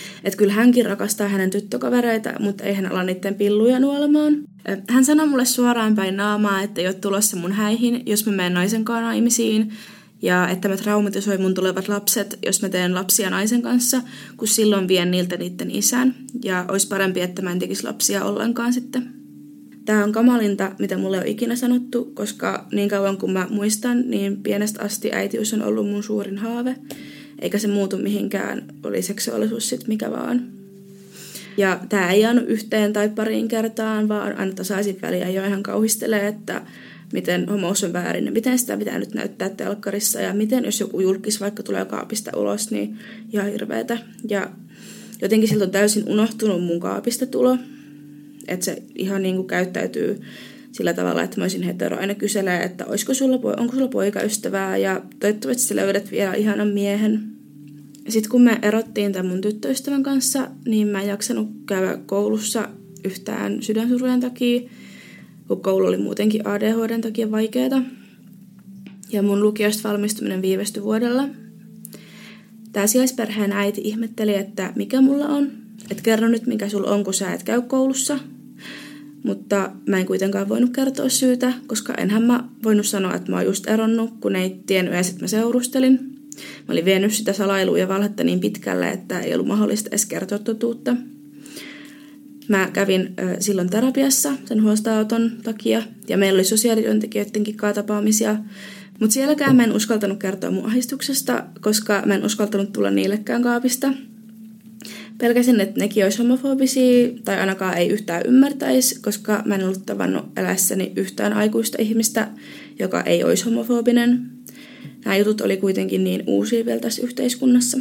Että kyllä hänkin rakastaa hänen tyttökavereita, mutta ei hän ala niiden pilluja nuolemaan. Hän sanoi mulle suoraan päin naamaa, että ei ole tulossa mun häihin, jos mä menen naisen kanssa naimisiin. Ja että mä traumatisoi mun tulevat lapset, jos mä teen lapsia naisen kanssa, kun silloin vien niiltä niiden isän. Ja olisi parempi, että mä en tekisi lapsia ollenkaan sitten. Tää on kamalinta, mitä mulle on ikinä sanottu, koska niin kauan kuin mä muistan, niin pienestä asti äitiys on ollut mun suurin haave. Eikä se muutu mihinkään, oli seksuaalisuus sit mikä vaan. Ja tää ei jäänyt yhteen tai pariin kertaan, vaan aina tasaisin väliä jo ihan kauhistelee, että miten homous on väärin ja miten sitä pitää nyt näyttää telkkarissa ja miten jos joku julkis vaikka tulee kaapista ulos, niin ihan hirveetä. Ja jotenkin siltä on täysin unohtunut mun kaapista tulo, että se ihan niin kuin käyttäytyy sillä tavalla, että mä olisin hetero aina kyselee, että olisiko sulla, onko sulla poikaystävää ja toivottavasti sä löydät vielä ihanan miehen. Sitten kun me erottiin tämän mun tyttöystävän kanssa, niin mä en jaksanut käydä koulussa yhtään sydänsurujen takia, kun koulu oli muutenkin A D H D:n takia vaikeaa. Ja mun lukiosta valmistuminen viivästyi vuodella. Tää sijaisperheen äiti ihmetteli, että mikä mulla on. Että kerro nyt, mikä sulla on, kun sä et käy koulussa. Mutta mä en kuitenkaan voinut kertoa syytä, koska enhän mä voinut sanoa, että mä oon just eronnut, kun ei tiennyt edes, että mä seurustelin. Mä olin vienyt sitä salailua ja valhetta niin pitkälle, että ei ollut mahdollista edes kertoa totuutta. Mä kävin ö, silloin terapiassa sen huostaanoton takia ja meillä oli sosiaalityöntekijöidenkin tapaamisia. Mutta sielläkään mä en uskaltanut kertoa mun ahdistuksesta, koska mä en uskaltanut tulla niillekään kaapista. Pelkäsin, että nekin olisi homofobisia tai ainakaan ei yhtään ymmärtäisi, koska mä en ollut tavannut elässäni yhtään aikuista ihmistä, joka ei olisi homofobinen. Nämä jutut oli kuitenkin niin uusia vielä tässä yhteiskunnassa.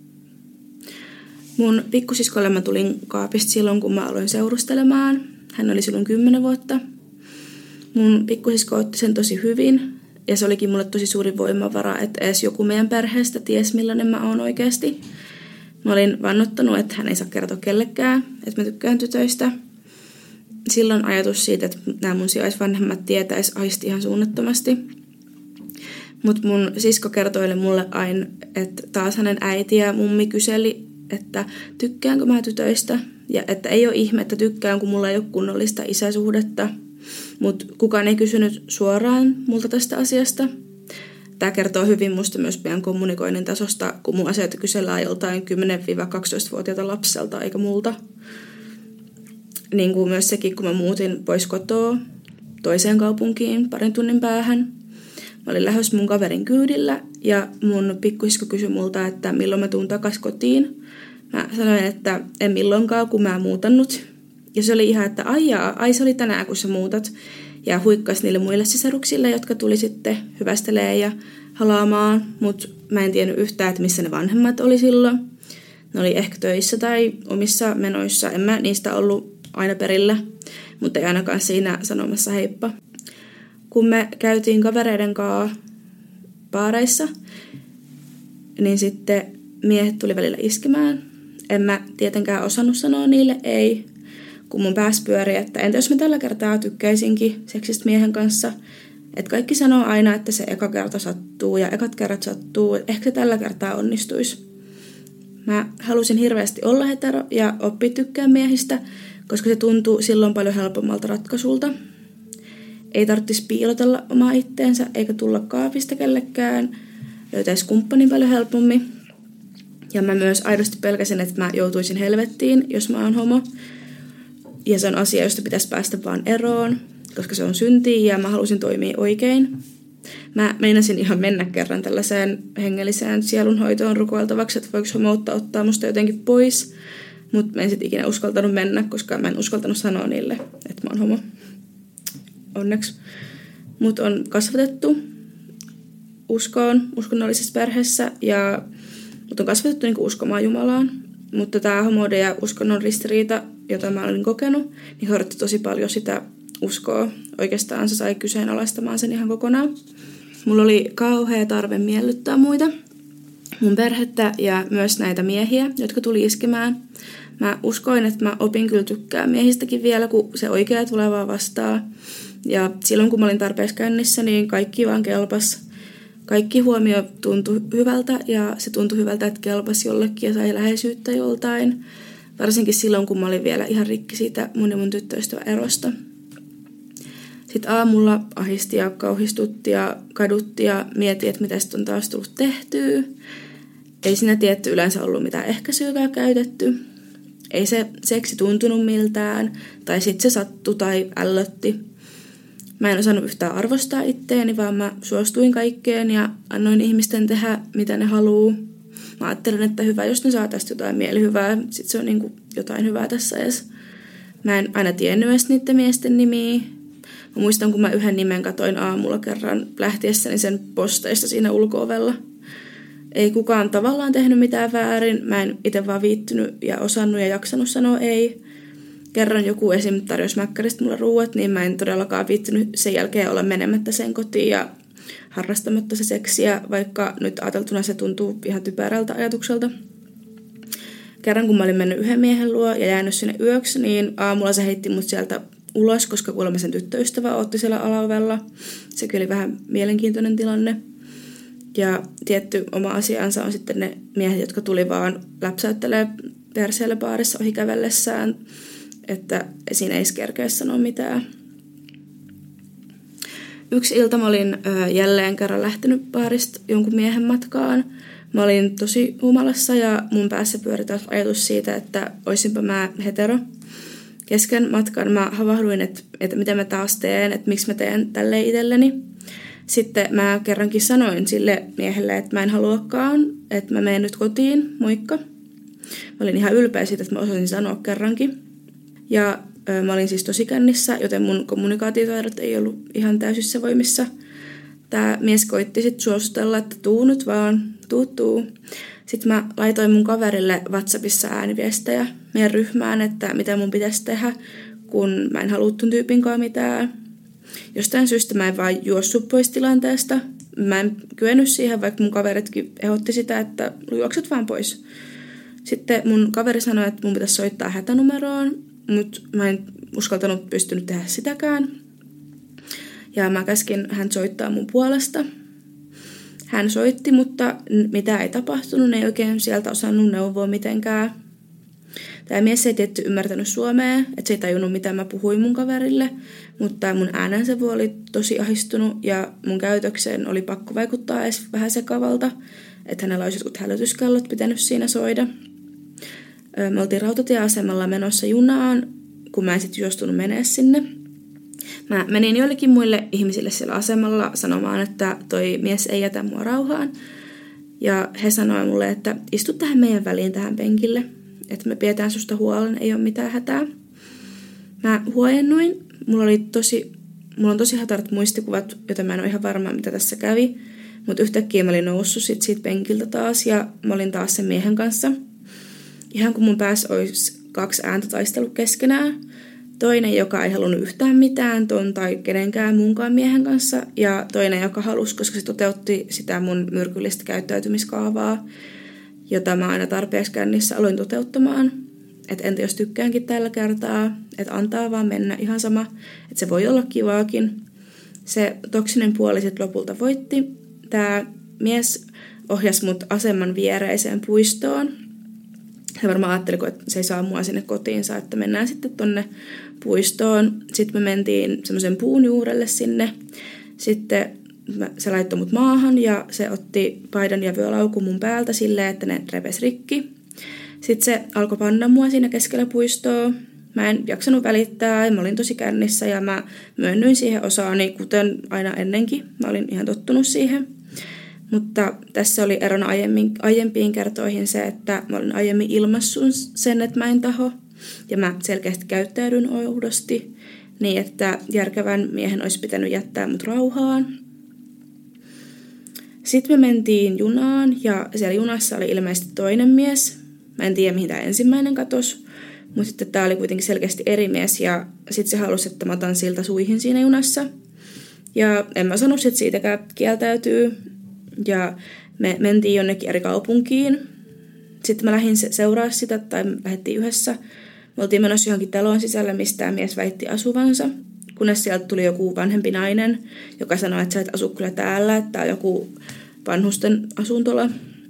Mun pikkusiskolle mä tulin kaapista silloin, kun mä aloin seurustelemaan. Hän oli silloin kymmenen vuotta. Mun pikkusisko otti sen tosi hyvin. Ja se olikin mulle tosi suuri voimavara, että edes joku meidän perheestä ties millainen mä oon oikeasti. Mä olin vannottanut, että hän ei saa kertoa kellekään, että mä tykkään tytöistä. Silloin ajatus siitä, että nämä mun sijaisvanhemmat tietäis aisti ihan suunnattomasti. Mutta mun sisko kertoi mulle aina, että taas hänen äiti ja mummi kyseli, että tykkäänkö mä tytöistä. Ja että ei ole ihme, että tykkään, kun mulla ei ole kunnollista isäsuhdetta. Mutta kukaan ei kysynyt suoraan multa tästä asiasta. Tämä kertoo hyvin musta myös meidän kommunikoinnin tasosta, kun mun asioita kysellään joltain kymmenen-kaksitoistavuotiaalta lapselta eikä multa. Niin kuin myös sekin, kun mä muutin pois kotoa toiseen kaupunkiin parin tunnin päähän. Mä olin lähdössä mun kaverin kyydillä ja mun pikkusisko kysyi multa, että milloin mä tuun takas kotiin. Mä sanoin, että en milloinkaan, kun mä muutannut. Ja se oli ihan, että ai jaa, ai se oli tänään, kun sä muutat. Ja huikkas niille muille sisaruksille, jotka tuli sitten hyvästelee ja halaamaan. Mutta mä en tiennyt yhtään, että missä ne vanhemmat oli silloin. Ne oli ehkä töissä tai omissa menoissa. En mä niistä ollut aina perillä, mutta ei ainakaan siinä sanomassa heippa. Kun me käytiin kavereiden kanssa baareissa, niin sitten miehet tuli välillä iskemään. En mä tietenkään osannut sanoa niille ei, kun mun päässä pyöri, että entä jos mä tällä kertaa tykkäisinkin seksistä miehen kanssa. Että kaikki sanoo aina, että se eka kerta sattuu ja ekat kerrat sattuu, ehkä se tällä kertaa onnistuisi. Mä halusin hirveästi olla hetero ja oppia tykkään miehistä, koska se tuntuu silloin paljon helpommalta ratkaisulta. Ei tarvitsisi piilotella omaa itteensä eikä tulla kaapista kellekään. Löytäisi kumppanin paljon helpommin. Ja mä myös aidosti pelkäsin, että mä joutuisin helvettiin, jos mä oon homo. Ja se on asia, josta pitäisi päästä vaan eroon, koska se on syntiä ja mä halusin toimia oikein. Mä meinasin ihan mennä kerran tällaiseen hengelliseen sielunhoitoon rukoiltavaksi, että voiko homoutta ottaa musta jotenkin pois. Mutta mä en sit ikinä uskaltanut mennä, koska mä en uskaltanut sanoa niille, että mä oon homo. Onneksi. Mut on kasvatettu uskoon, uskonnollisessa perheessä ja mut on kasvatettu niinku uskomaan Jumalaan. Mutta tämä homouden ja uskonnon ristiriita, jota mä olin kokenut, niin horjutti tosi paljon sitä uskoa. Oikeastaan se sai kyseenalaistamaan sen ihan kokonaan. Mulla oli kauhea tarve miellyttää muita, mun perhettä ja myös näitä miehiä, jotka tuli iskemään. Mä uskoin, että mä opin kyllä tykkää miehistäkin vielä, kun se oikea tulee vaan vastaan. Ja silloin, kun mä olin tarpeeksi kännissä, niin kaikki vaan kelpas. kaikki huomio tuntui hyvältä ja se tuntui hyvältä, että kelpasi jollekin ja sai läheisyyttä joltain. Varsinkin silloin, kun mä olin vielä ihan rikki siitä mun ja mun tyttöystävän erosta. Sitten aamulla ahisti ja kauhistutti ja kadutti ja mietin, että mitä sitten on taas tullut tehtyä. Ei siinä tietty yleensä ollut mitään ehkäisyä käytetty. Ei se seksi tuntunut miltään, tai sitten se sattui tai ällötti. Mä en osannut yhtään arvostaa itteeni, vaan mä suostuin kaikkeen ja annoin ihmisten tehdä, mitä ne haluaa. Mä ajattelin, että hyvä, jos ne saa tästä jotain mielihyvää, sit se on niin kuin jotain hyvää tässä edes. Mä en aina tiennyt edes niiden miesten nimiä. Mä muistan, kun mä yhden nimen katoin aamulla kerran lähtiessäni sen posteista siinä ulko-ovella. Ei kukaan tavallaan tehnyt mitään väärin. Mä en itse vaan viittynyt ja osannut ja jaksanut sanoa ei. Kerran joku esim. Tarjosi mäkkäristä mulle ruuat, niin mä en todellakaan viittynyt sen jälkeen olla menemättä sen kotiin ja harrastamatta se seksiä, vaikka nyt ajateltuna se tuntuu ihan typerältä ajatukselta. Kerran kun mä olin mennyt yhden miehen luo ja jäänyt sinne yöksi, niin aamulla se heitti mut sieltä ulos, koska kuulemma sen tyttöystävä otti siellä alaovella. Sekin oli vähän mielenkiintoinen tilanne. Ja tietty oma asiansa on sitten ne miehet, jotka tuli vaan läpsäyttelee perseellä baarissa ohi kävellessään, että siinä ei kerkeä sanoa mitään. Yksi ilta mä olin ö, jälleen kerran lähtenyt baarista jonkun miehen matkaan. Mä olin tosi humalassa ja mun päässä pyöri taas ajatus siitä, että olisinpa mä hetero. Kesken matkan mä havahduin, että, että mitä mä taas teen, että miksi mä teen tälleen itselleni. Sitten mä kerrankin sanoin sille miehelle, että mä en haluakaan, että mä menen nyt kotiin, moikka. Mä olin ihan ylpeä siitä, että mä osasin sanoa kerrankin. Ja ö, mä olin siis tosi kännissä, joten mun kommunikaatiotaidot ei ollut ihan täysissä voimissa. Tää mies koitti sit suositella, että tuu nyt vaan, tuu tuu. Sitten mä laitoin mun kaverille WhatsAppissa ääniviestejä meidän ryhmään, että mitä mun pitäisi tehdä, kun mä en halua ton tyypinkaan mitään. Jostain syystä mä en vaan juossut pois tilanteesta. Mä en kyennyt siihen, vaikka mun kaveritkin ehdotti sitä, että juokset vaan pois. Sitten mun kaveri sanoi, että mun pitäisi soittaa hätänumeroon, mutta mä en uskaltanut pystynyt tehdä sitäkään. Ja mä käskin hän soittaa mun puolesta. Hän soitti, mutta mitä ei tapahtunut, ne ei oikein sieltä osannut neuvoa mitenkään. Tämä mies ei tietty ymmärtänyt suomea, että se ei tajunnut, mitä mä puhuin mun kaverille, mutta mun äänensävy oli tosi ahistunut ja mun käytökseen oli pakko vaikuttaa edes vähän sekavalta, että hänellä olisi jotkut hälytyskellot pitänyt siinä soida. Me oltiin rautatieasemalla menossa junaan, kun mä en sitten juostunut menee sinne. Mä menin joillekin muille ihmisille siellä asemalla sanomaan, että toi mies ei jätä mua rauhaan. Ja he sanoivat mulle, että istu tähän meidän väliin tähän penkille, että me pidetään susta huolen, ei ole mitään hätää. Mä huojennuin, mulla, oli tosi, mulla on tosi hatarat muistikuvat, joten mä en ole ihan varma, mitä tässä kävi. Mutta yhtäkkiä mä olin noussut sit siitä penkiltä taas ja mä olin taas sen miehen kanssa. Ihan kun mun päässä olisi kaksi ääntä taistellut keskenään. Toinen, joka ei halunnut yhtään mitään ton tai kenenkään muunkaan miehen kanssa. Ja toinen, joka halusi, koska se toteutti sitä mun myrkyllistä käyttäytymiskaavaa, jota mä aina tarpeeksi kännissä aloin toteuttamaan. Että entä jos tykkäänkin tällä kertaa, että antaa vaan mennä ihan sama, että se voi olla kivaakin. Se toksinen puoli sitten lopulta voitti. Tämä mies ohjasi mut aseman viereiseen puistoon. Hän varmaan ajatteli, että se ei saa mua sinne kotiinsa, että mennään sitten tonne puistoon. Sitten me mentiin semmoisen puun juurelle sinne. Sitten se laittoi mut maahan ja se otti paidan ja vyölaukun mun päältä silleen, että ne repesi rikki. Sitten se alkoi panna mua siinä keskellä puistoa. Mä en jaksanut välittää, mä olin tosi kännissä ja mä myönnyin siihen osaani, kuten aina ennenkin. Mä olin ihan tottunut siihen. Mutta tässä oli erona aiemmin, aiempiin kertoihin se, että mä olin aiemmin ilmassut sen, että mä en taho. Ja mä selkeästi käyttäydyn oudosti, niin että järkevän miehen olisi pitänyt jättää mut rauhaan. Sitten me mentiin junaan ja siellä junassa oli ilmeisesti toinen mies. Mä en tiedä, mihin tämä ensimmäinen katosi, mutta sitten tämä oli kuitenkin selkeästi eri mies ja sitten se halusi, että mä otan siltä suihin siinä junassa. Ja en mä sanonut, että siitäkään kieltäytyy. Ja me mentiin jonnekin eri kaupunkiin. Sitten mä lähdin seuraa sitä, tai me lähdettiin yhdessä. Me oltiin menossa johonkin talon sisällä, mistä tämä mies väitti asuvansa. Kunnes sieltä tuli joku vanhempi nainen, joka sanoi, että sä et asu kyllä täällä, että tämä on joku vanhusten asuntola.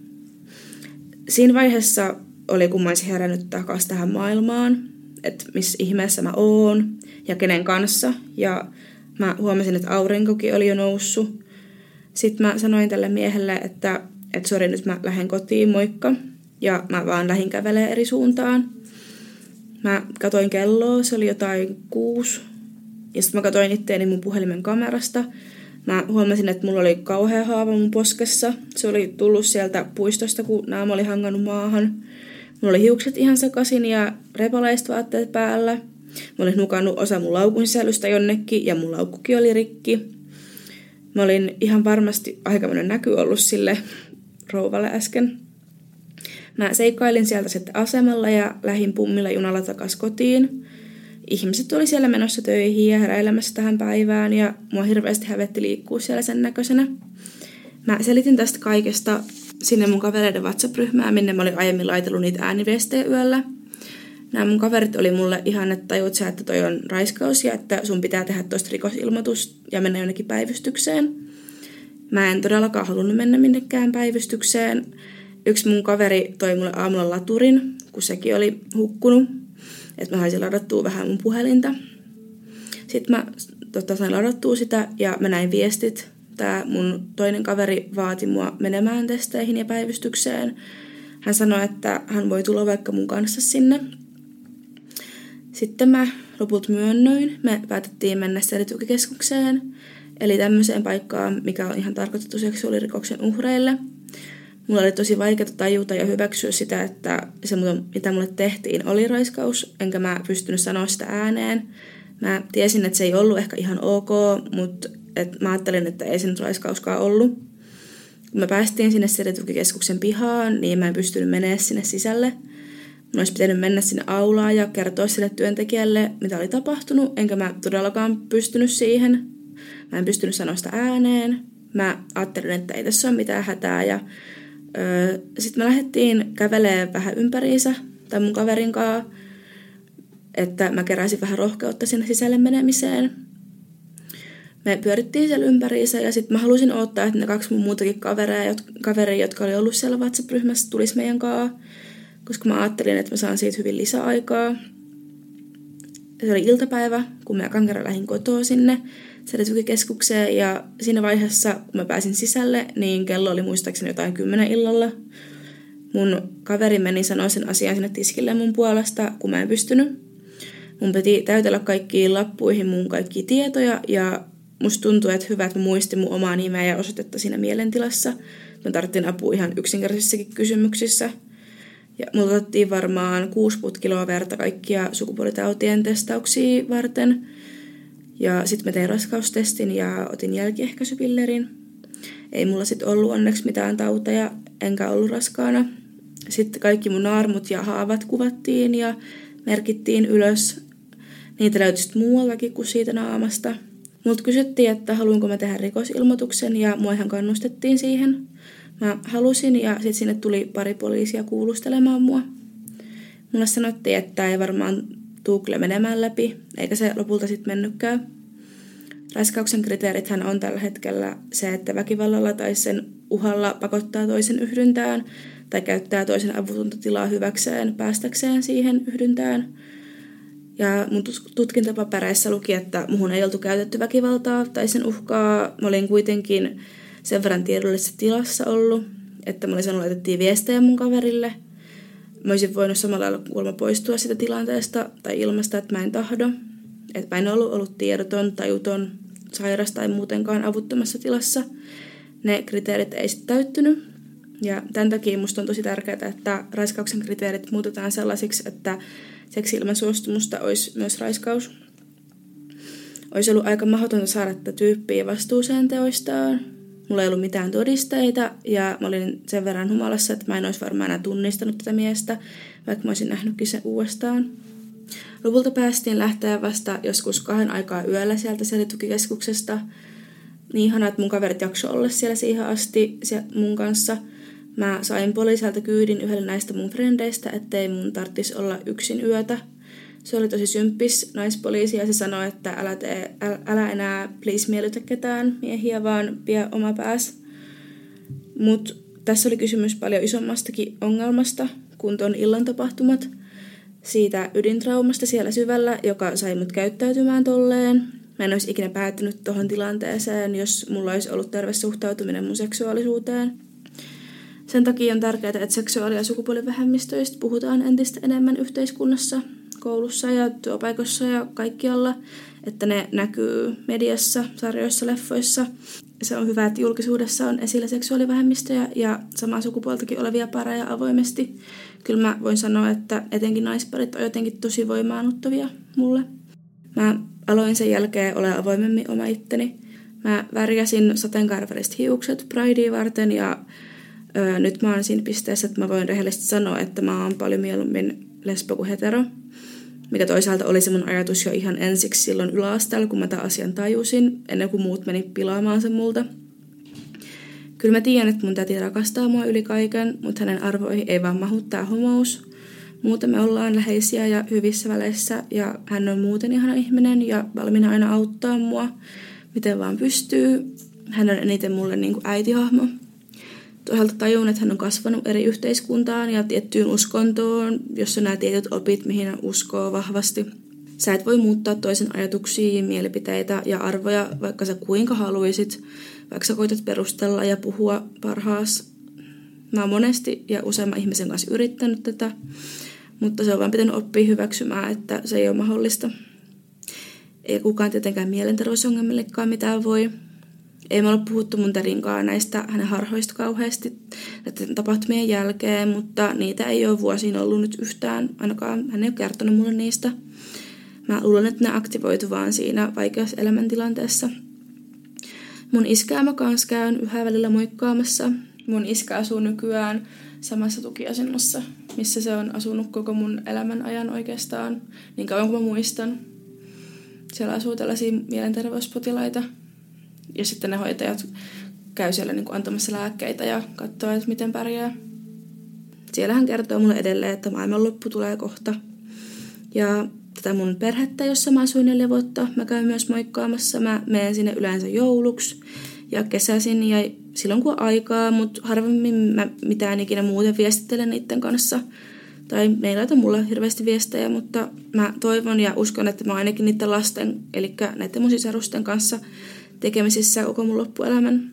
Siinä vaiheessa oli, kun mä olisin herännyt takaisin tähän maailmaan, että missä ihmeessä mä oon ja kenen kanssa. Ja mä huomasin, että aurinkokin oli jo noussut. Sitten mä sanoin tälle miehelle, että, että sori, nyt mä lähden kotiin, moikka. Ja mä vaan lähdin kävelemään eri suuntaan. Mä katoin kelloa, se oli jotain kuusi. Ja sitten mä katoin itteeni mun puhelimen kamerasta. Mä huomasin, että mulla oli kauhea haava mun poskessa. Se oli tullut sieltä puistosta, kun naama oli hangannut maahan. Mulla oli hiukset ihan sekaisin ja repaleiset vaatteet päällä. Mä olin nukannut osa mun laukun sisällystä jonnekin ja mun laukkukin oli rikki. Mä olin ihan varmasti aikamoinen näky ollut sille rouvalle äsken. Mä seikkailin sieltä sitten asemalla ja lähdin pummilla junalla takaisin kotiin. Ihmiset oli siellä menossa töihin ja heräilemässä tähän päivään ja mua hirveästi hävetti liikkua siellä sen näköisenä. Mä selitin tästä kaikesta sinne mun kavereiden WhatsApp-ryhmään, minne mä olin aiemmin laitellut niitä ääniviestejä yöllä. Nämä mun kaverit oli mulle ihan, että tajut sä, että toi on raiskaus ja että sun pitää tehdä tosta rikosilmoitus ja mennä jonnekin päivystykseen. Mä en todellakaan halunnut mennä minnekään päivystykseen. Yksi mun kaveri toi mulle aamulla laturin, kun sekin oli hukkunut. Että mä saisin ladattua vähän mun puhelinta. Sitten mä tota, sain ladattua sitä ja mä näin viestit. Tää mun toinen kaveri vaati mua menemään testeihin ja päivystykseen. Hän sanoi, että hän voi tulla vaikka mun kanssa sinne. Sitten mä lopulta myönnöin. Me päätettiin mennä selitukikeskukseen. Eli tämmöiseen paikkaan, mikä on ihan tarkoitettu seksuaalirikoksen uhreille. Mulla oli tosi vaikeaa tajuta ja hyväksyä sitä, että se, mitä mulle tehtiin, oli raiskaus, enkä mä pystynyt sanoa sitä ääneen. Mä tiesin, että se ei ollut ehkä ihan ok, mutta et mä ajattelin, että ei se nyt raiskauskaan ollut. Kun me päästiin sinne selitukikeskuksen pihaan, niin mä en pystynyt menemään sinne sisälle. Mun olisi pitänyt mennä sinne aulaan ja kertoa sille työntekijälle, mitä oli tapahtunut, enkä mä todellakaan pystynyt siihen. Mä en pystynyt sanoa sitä ääneen. Mä ajattelin, että ei tässä ole mitään hätää ja Öö, sitten me lähdettiin kävelemään vähän ympäriinsä, tai mun kaverin kanssa, että mä keräsin vähän rohkeutta sinne sisälle menemiseen. Me pyörittiin siellä ympäriinsä ja sitten mä halusin odottaa, että ne kaksi mun muutakin kaveria, kaveria jotka oli ollut siellä WhatsApp-ryhmässä, tulisi meidän kanssa, koska mä ajattelin, että mä saan siitä hyvin lisäaikaa. Se oli iltapäivä, kun mä ekan kerran lähdin kotoa sinne selitukikeskukseen ja siinä vaiheessa, kun mä pääsin sisälle, niin kello oli muistaakseni jotain kymmenen illalla. Mun kaveri meni sanoa sen asian sinne tiskille mun puolesta, kun mä en pystynyt. Mun piti täytellä kaikkiin lappuihin mun kaikkia tietoja ja musta tuntui, että hyvä, että mä muistin mun omaa nimeä ja osoitetta siinä mielentilassa. Mä tarvitsin apua ihan yksinkertaisissakin kysymyksissä. Ja mulla otettiin varmaan kuusi putkiloa verta kaikkia sukupuolitautien testauksia varten. Ja sitten mä tein raskaustestin ja otin jälkiehkäisypillerin. Ei mulla sitten ollut onneksi mitään tauteja, enkä ollut raskaana. Sitten kaikki mun naarmut ja haavat kuvattiin ja merkittiin ylös. Niitä löytyi sitten muuallakin kuin siitä naamasta. Multa kysyttiin, että haluanko mä tehdä rikosilmoituksen ja mua ihan kannustettiin siihen. Mä halusin ja sitten sinne tuli pari poliisia kuulustelemaan mua. Mulle sanottiin, että ei varmaan tule menemään läpi, eikä se lopulta sitten mennytkään. Raiskauksen kriteerithän on tällä hetkellä se, että väkivallalla tai sen uhalla pakottaa toisen yhdyntään tai käyttää toisen avutonta tilaa hyväkseen päästäkseen siihen yhdyntään. Ja mun tutkintapapereissa luki, että muhun ei oltu käytetty väkivaltaa tai sen uhkaa. Mä olin kuitenkin sen verran tiedollisessa tilassa ollut, että mä olin sanonut, että laitettiin viestejä mun kaverille. Mä olisin voinut samalla lailla kuulemma poistua sitä tilanteesta tai ilmasta, että mä en tahdo. Että mä en ollut ollut tiedoton, tajuton, sairas tai muutenkaan avuttomassa tilassa. Ne kriteerit ei sitten täyttynyt. Ja tämän takia musta on tosi tärkeää, että raiskauksen kriteerit muutetaan sellaisiksi, että seksi ilman suostumusta olisi myös raiskaus. Olisi ollut aika mahdotonta saada tätä tyyppiä vastuuseen teoistaan. Mulla ei ollut mitään todisteita ja mä olin sen verran humalassa, että mä en olisi varmaan enää tunnistanut tätä miestä, vaikka mä olisin nähnytkin sen uudestaan. Lopulta päästiin lähteä vasta joskus kahden aikaa yöllä sieltä selitukikeskuksesta. Niin ihanaa, että mun kaverit jaksoi olla siellä siihen asti mun kanssa. Mä sain poliisilta kyydin yhdelle näistä mun frendeistä, ettei mun tarvitsisi olla yksin yötä. Se oli tosi symppis naispoliisi ja se sanoi, että älä, tee, älä enää please miellytä ketään miehiä, vaan pidä oma pääs. Mutta tässä oli kysymys paljon isommastakin ongelmasta, kun ton illan tapahtumat. Siitä ydintraumasta siellä syvällä, joka sai mut käyttäytymään tolleen. Mä en olisi ikinä päätynyt tohon tilanteeseen, jos mulla olisi ollut terve suhtautuminen mun seksuaalisuuteen. Sen takia on tärkeää, että seksuaali- ja sukupuolivähemmistöistä puhutaan entistä enemmän yhteiskunnassa, koulussa ja työpaikoissa ja kaikkialla, että ne näkyy mediassa, sarjoissa, leffoissa. Se on hyvä, että julkisuudessa on esillä seksuaalivähemmistöjä ja samaa sukupuoltakin olevia pareja avoimesti. Kyllä mä voin sanoa, että etenkin naisparit on jotenkin tosi voimaannuttavia mulle. Mä aloin sen jälkeen olla avoimemmin oma itteni. Mä värjäsin sateenkaariväriset hiukset Pridea varten ja öö, nyt mä oon siinä pisteessä, että mä voin rehellisesti sanoa, että mä oon paljon mieluummin lesbo kuin hetero. Mikä toisaalta oli se mun ajatus jo ihan ensiksi silloin yläasteella, kun mä tämän asian tajusin, ennen kuin muut meni pilaamaan sen multa. Kyllä mä tiedän, että mun täti rakastaa mua yli kaiken, mutta hänen arvoihin ei vaan mahu tää homous. Muuten me ollaan läheisiä ja hyvissä väleissä ja hän on muuten ihana ihminen ja valmiina aina auttaa mua, miten vaan pystyy. Hän on eniten mulle niin kuin äitihahmo. Toisaalta tajun, että hän on kasvanut eri yhteiskuntaan ja tiettyyn uskontoon, jossa nämä tietyt opit, mihin hän uskoo vahvasti. Sä et voi muuttaa toisen ajatuksia, mielipiteitä ja arvoja, vaikka sä kuinka haluisit, vaikka sä koitat perustella ja puhua parhaas. Mä oon monesti ja useamman ihmisen kanssa yrittänyt tätä, mutta se on vaan pitänyt oppia hyväksymään, että se ei ole mahdollista. Ei kukaan tietenkään mielenterveysongelmillekaan mitään voi. Ei me ole puhuttu mun tärinkaan näistä hänen harhoista kauheasti näiden tapahtumien jälkeen, mutta niitä ei ole vuosiin ollut nyt yhtään. Ainakaan hän ei ole kertonut mulle niistä. Mä luulen, että ne aktivoitu vaan siinä vaikeassa elämäntilanteessa. Mun iskää mä kanssa käyn yhä välillä moikkaamassa. Mun iskä asuu nykyään samassa tukiasennossa, missä se on asunut koko mun elämän ajan oikeastaan, niin kauan kuin mä muistan. Siellä asuu tällaisia mielenterveyspotilaita. Ja sitten ne hoitajat käy siellä niin kuin antamassa lääkkeitä ja katsoo, että miten pärjää. Siellä hän kertoo mulle edelleen, että maailmanloppu tulee kohta. Ja tätä mun perhettä, jossa mä asuin neljä vuotta, mä käyn myös moikkaamassa. Mä menen sinne yleensä jouluksi ja kesäisin ja silloin kun on aikaa, mutta harvemmin mä mitään ikinä muuten viestittelen niiden kanssa. Tai ne ei laita mulle hirveästi viestejä, mutta mä toivon ja uskon, että mä ainakin niiden lasten, eli näiden mun sisarusten kanssa tekemisissä koko mun loppuelämän.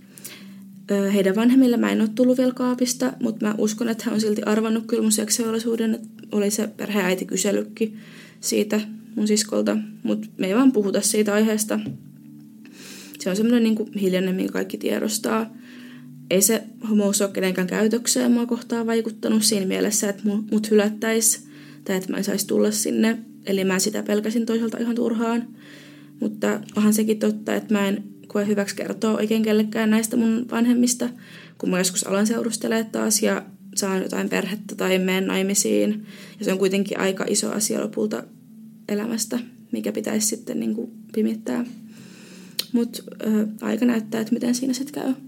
Heidän vanhemmille mä en ole tullut vielä kaapista, mutta mä uskon, että hän on silti arvannut kyllä mun seksuaalisuuden, että oli se perheäiti kysellytkin siitä mun siskolta, mutta me ei vaan puhuta siitä aiheesta. Se on semmoinen niin kuin hiljainen, minkä kaikki tiedostaa. Ei se homous ole kenenkään käytökseen mua kohtaan vaikuttanut siinä mielessä, että mut hylättäisi tai että mä en saisi tulla sinne. Eli mä sitä pelkäsin toisaalta ihan turhaan. Mutta onhan sekin totta, että mä en koe hyväksi kertoa oikein kellekään näistä mun vanhemmista, kun mä joskus alan seurustelemaan taas ja saan jotain perhettä tai menen naimisiin. Ja se on kuitenkin aika iso asia lopulta elämästä, mikä pitäisi sitten niin kuin pimittää. Mutta aika näyttää, että miten siinä sitten käy.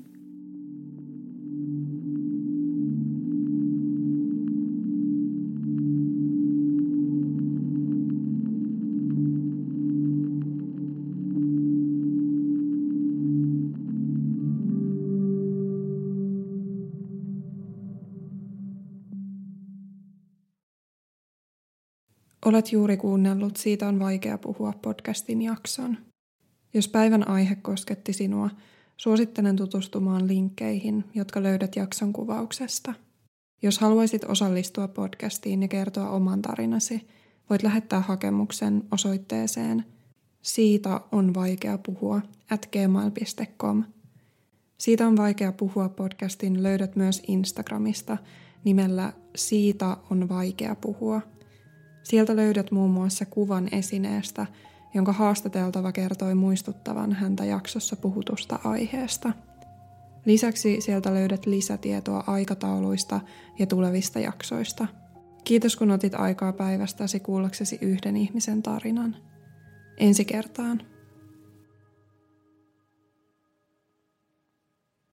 Olet juuri kuunnellut Siitä on vaikea puhua podcastin jakson. Jos päivän aihe kosketti sinua, suosittelen tutustumaan linkkeihin, jotka löydät jakson kuvauksesta. Jos haluaisit osallistua podcastiin ja kertoa oman tarinasi, voit lähettää hakemuksen osoitteeseen siitä on vaikea puhua at gmail piste com. Siitä on vaikea puhua podcastin löydät myös Instagramista nimellä Siitä on vaikea puhua. Sieltä löydät muun muassa kuvan esineestä, jonka haastateltava kertoi muistuttavan häntä jaksossa puhutusta aiheesta. Lisäksi sieltä löydät lisätietoa aikatauluista ja tulevista jaksoista. Kiitos kun otit aikaa päivästäsi kuullaksesi yhden ihmisen tarinan. Ensi kertaan.